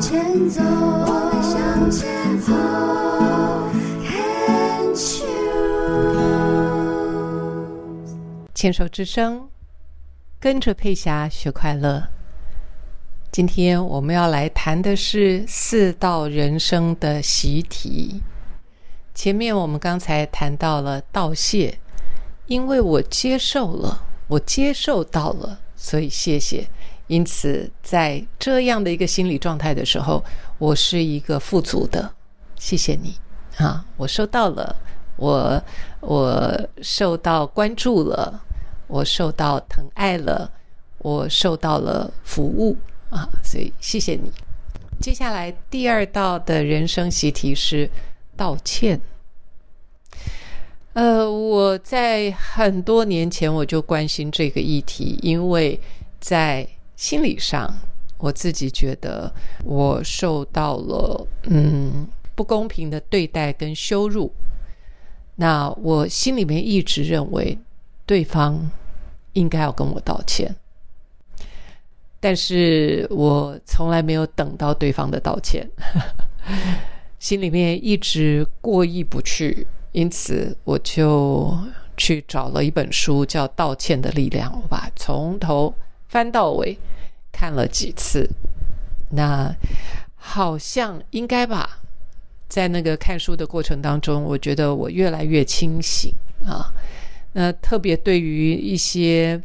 前走，我们向前走。 牵手之声，跟着佩霞学快乐。今天我们要来谈的是4道人生的习题。前面我们刚才谈到了道谢，因为我接受了，我接受到了，所以谢谢。因此在这样的一个心理状态的时候，我是一个富足的，谢谢你啊，我收到了，我受到关注了，我受到疼爱了，我受到了服务啊，所以谢谢你。接下来第2道的人生习题是道歉。我在很多年前我就关心这个议题，因为在心理上我自己觉得我受到了不公平的对待跟羞辱，那我心里面一直认为对方应该要跟我道歉，但是我从来没有等到对方的道歉心里面一直过意不去，因此我就去找了一本书叫《道歉的力量》，我把它从头翻到尾看了几次，那好像应该吧，在那个看书的过程当中，我觉得我越来越清醒啊。那特别对于一些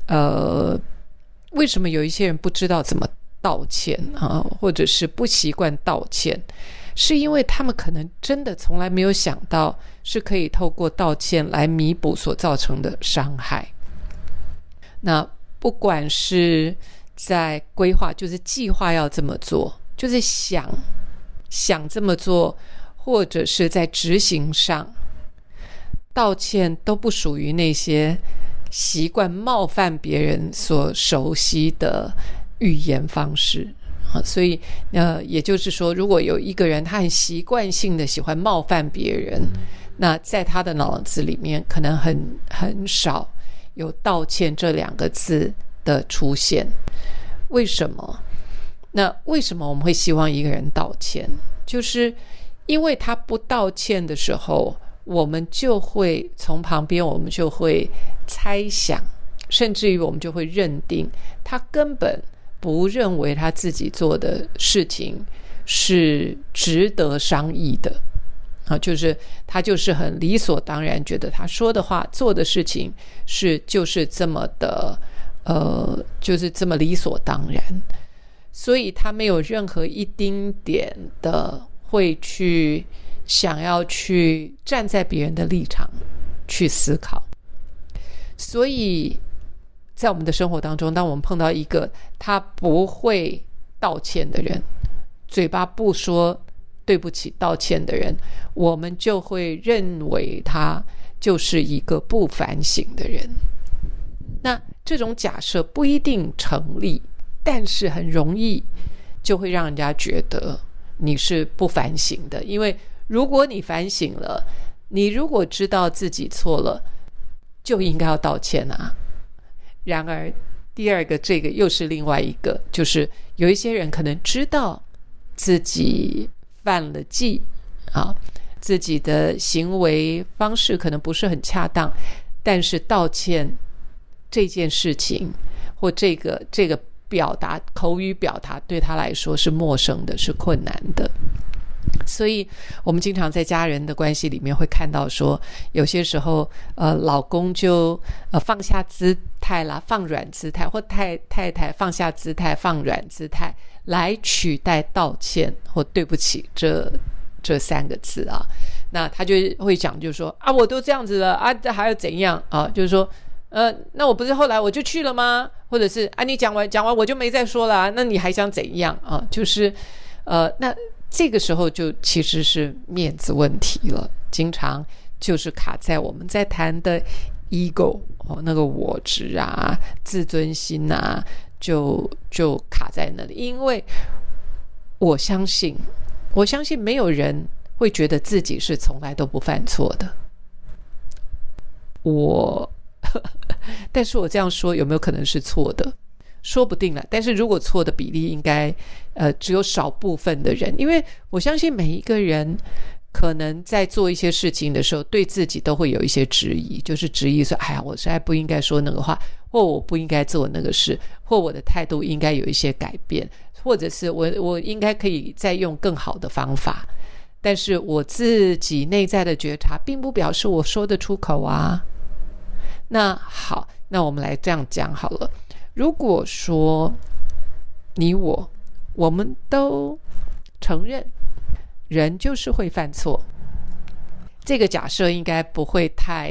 为什么有一些人不知道怎么道歉啊，或者是不习惯道歉，是因为他们可能真的从来没有想到是可以透过道歉来弥补所造成的伤害。那不管是在规划，就是计划要这么做，就是想这么做，或者是在执行上，道歉都不属于那些习惯冒犯别人所熟悉的语言方式。所以也就是说，如果有一个人他很习惯性的喜欢冒犯别人，那在他的脑子里面可能很少有道歉这2个字的出现。为什么？那为什么我们会希望一个人道歉？就是因为他不道歉的时候，我们就会从旁边，我们就会猜想，甚至于我们就会认定他根本不认为他自己做的事情是值得商议的啊，就是他就是很理所当然觉得他说的话做的事情就是这么的就是这么理所当然，所以他没有任何一丁点的会去想要去站在别人的立场去思考。所以在我们的生活当中，当我们碰到一个他不会道歉的人，嘴巴不说对不起道歉的人，我们就会认为他就是一个不反省的人。那这种假设不一定成立，但是很容易就会让人家觉得你是不反省的。因为如果你反省了，你如果知道自己错了，就应该要道歉啊。然而第2个这个又是另外一个，就是有一些人可能知道自己犯了忌啊，自己的行为方式可能不是很恰当，但是道歉这件事情或这个表达口语表达对他来说是陌生的，是困难的。所以我们经常在家人的关系里面会看到说，有些时候老公就放下姿态啦，放软姿态，或太太放下姿态放软姿态来取代道歉或对不起这3个字啊。那他就会讲，就是说啊，我都这样子了啊，这还要怎样啊？就是说那我不是后来我就去了吗？或者是啊，你讲完我就没再说了啊，那你还想怎样啊？就是那这个时候就其实是面子问题了，经常就是卡在我们在谈的 ego 那个我执啊、自尊心啊，就卡在那里。因为我相信没有人会觉得自己是从来都不犯错的。但是我这样说有没有可能是错的？ 说不定了。但是如果错的比例应该只有少部分的人，因为我相信每一个人可能在做一些事情的时候对自己都会有一些质疑，就是质疑说哎呀，我实在不应该说那个话，或我不应该做那个事，或我的态度应该有一些改变，或者是我应该可以再用更好的方法。但是我自己内在的觉察并不表示我说得出口啊。那好，那我们来这样讲好了，如果说你我们都承认人就是会犯错，这个假设应该不会太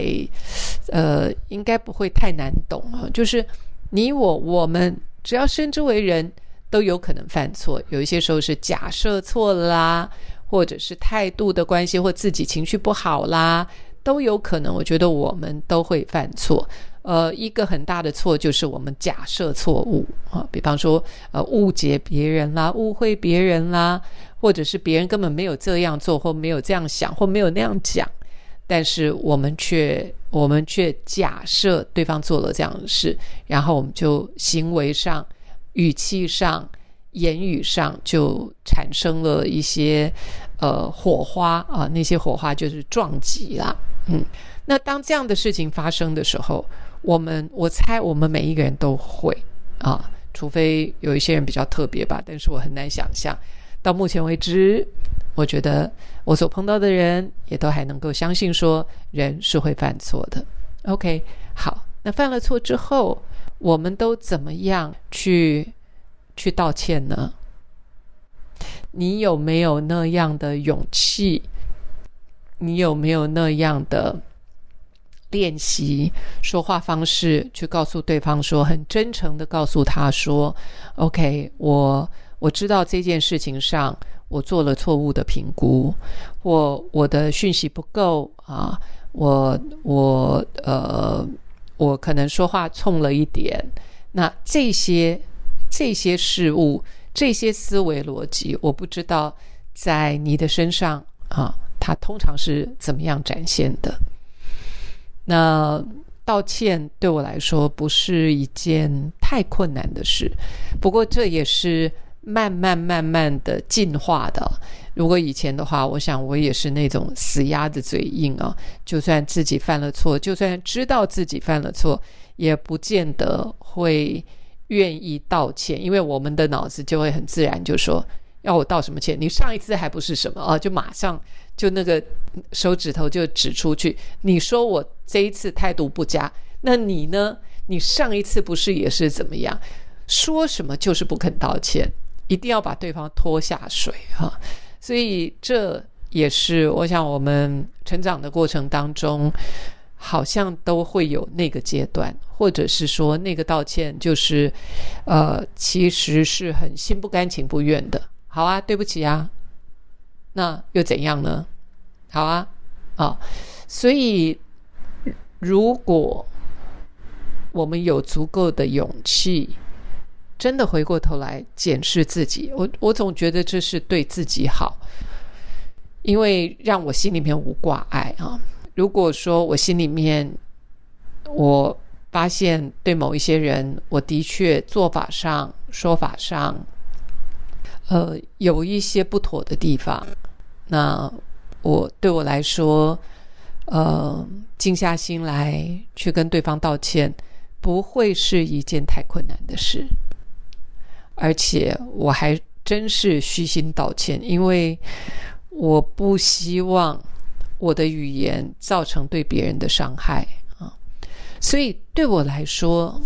难懂啊。就是你我们只要生之为人都有可能犯错，有一些时候是假设错了啦，或者是态度的关系，或自己情绪不好啦，都有可能。我觉得我们都会犯错。一个很大的错就是我们假设错误啊，比方说误解别人啦，误会别人啦，或者是别人根本没有这样做，或没有这样想，或没有那样讲，但是我们却假设对方做了这样的事，然后我们就行为上、语气上、言语上就产生了一些火花啊，那些火花就是撞击啦。那当这样的事情发生的时候，我猜我们每一个人都会啊，除非有一些人比较特别吧，但是我很难想象。到目前为止，我觉得我所碰到的人也都还能够相信说人是会犯错的。 OK， 好，那犯了错之后我们都怎么样去道歉呢？你有没有那样的勇气？你有没有那样的练习说话方式，去告诉对方说，很真诚的告诉他说 OK， 我知道这件事情上我做了错误的评估，或我的讯息不够啊，我可能说话冲了一点。那这些事物，这些思维逻辑，我不知道在你的身上啊，它通常是怎么样展现的。那道歉对我来说不是一件太困难的事，不过这也是慢慢的进化的。如果以前的话，我想我也是那种死鸭子嘴硬啊，就算自己犯了错，就算知道自己犯了错，也不见得会愿意道歉，因为我们的脑子就会很自然就说，要我道什么歉？你上一次还不是什么啊？就马上就那个手指头就指出去，你说我这一次态度不佳，那你呢？你上一次不是也是怎么样？说什么就是不肯道歉，一定要把对方拖下水啊！所以这也是我想我们成长的过程当中，好像都会有那个阶段，或者是说那个道歉就是其实是很心不甘情不愿的。好啊，对不起啊，那又怎样呢？好啊，所以如果我们有足够的勇气，真的回过头来检视自己，我总觉得这是对自己好，因为让我心里面无挂碍啊。如果说我心里面我发现对某一些人，我的确做法上说法上有一些不妥的地方，那对我来说静下心来去跟对方道歉，不会是一件太困难的事。而且我还真是虚心道歉，因为我不希望我的语言造成对别人的伤害啊。所以对我来说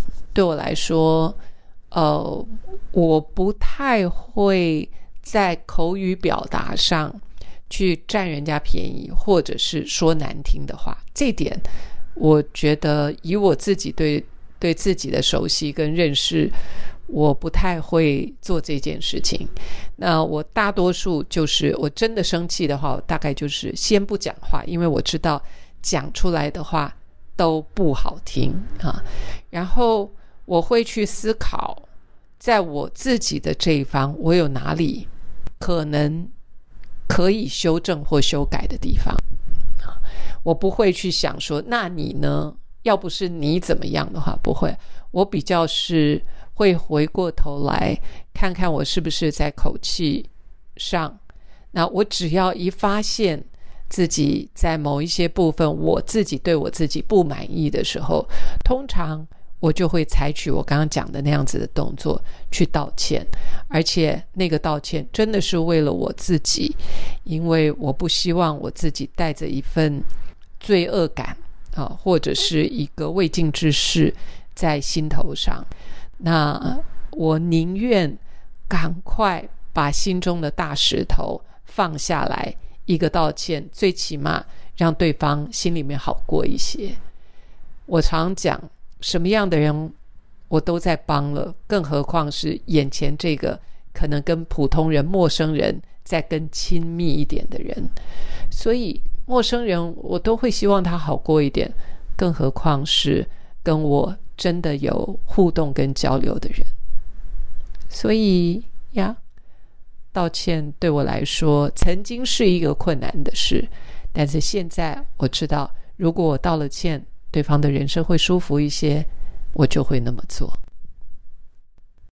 我不太会在口语表达上去占人家便宜，或者是说难听的话。这点我觉得以我自己对自己的熟悉跟认识，我不太会做这件事情。那我大多数就是我真的生气的话，我大概就是先不讲话，因为我知道讲出来的话都不好听啊。然后我会去思考，在我自己的这一方，我有哪里可能可以修正或修改的地方。我不会去想说，那你呢？要不是你怎么样的话，不会。我比较是会回过头来看看我是不是在口气上，那我只要一发现自己在某一些部分我自己对我自己不满意的时候，通常我就会采取我刚刚讲的那样子的动作去道歉，而且那个道歉真的是为了我自己，因为我不希望我自己带着一份罪恶感或者是一个未尽之事在心头上，那我宁愿赶快把心中的大石头放下来，一个道歉最起码让对方心里面好过一些。我常讲什么样的人我都在帮了，更何况是眼前这个可能跟普通人陌生人再更亲密一点的人，所以陌生人我都会希望他好过一点，更何况是跟我真的有互动跟交流的人。所以道歉对我来说曾经是一个困难的事，但是现在我知道，如果我道了歉，对方的人生会舒服一些，我就会那么做。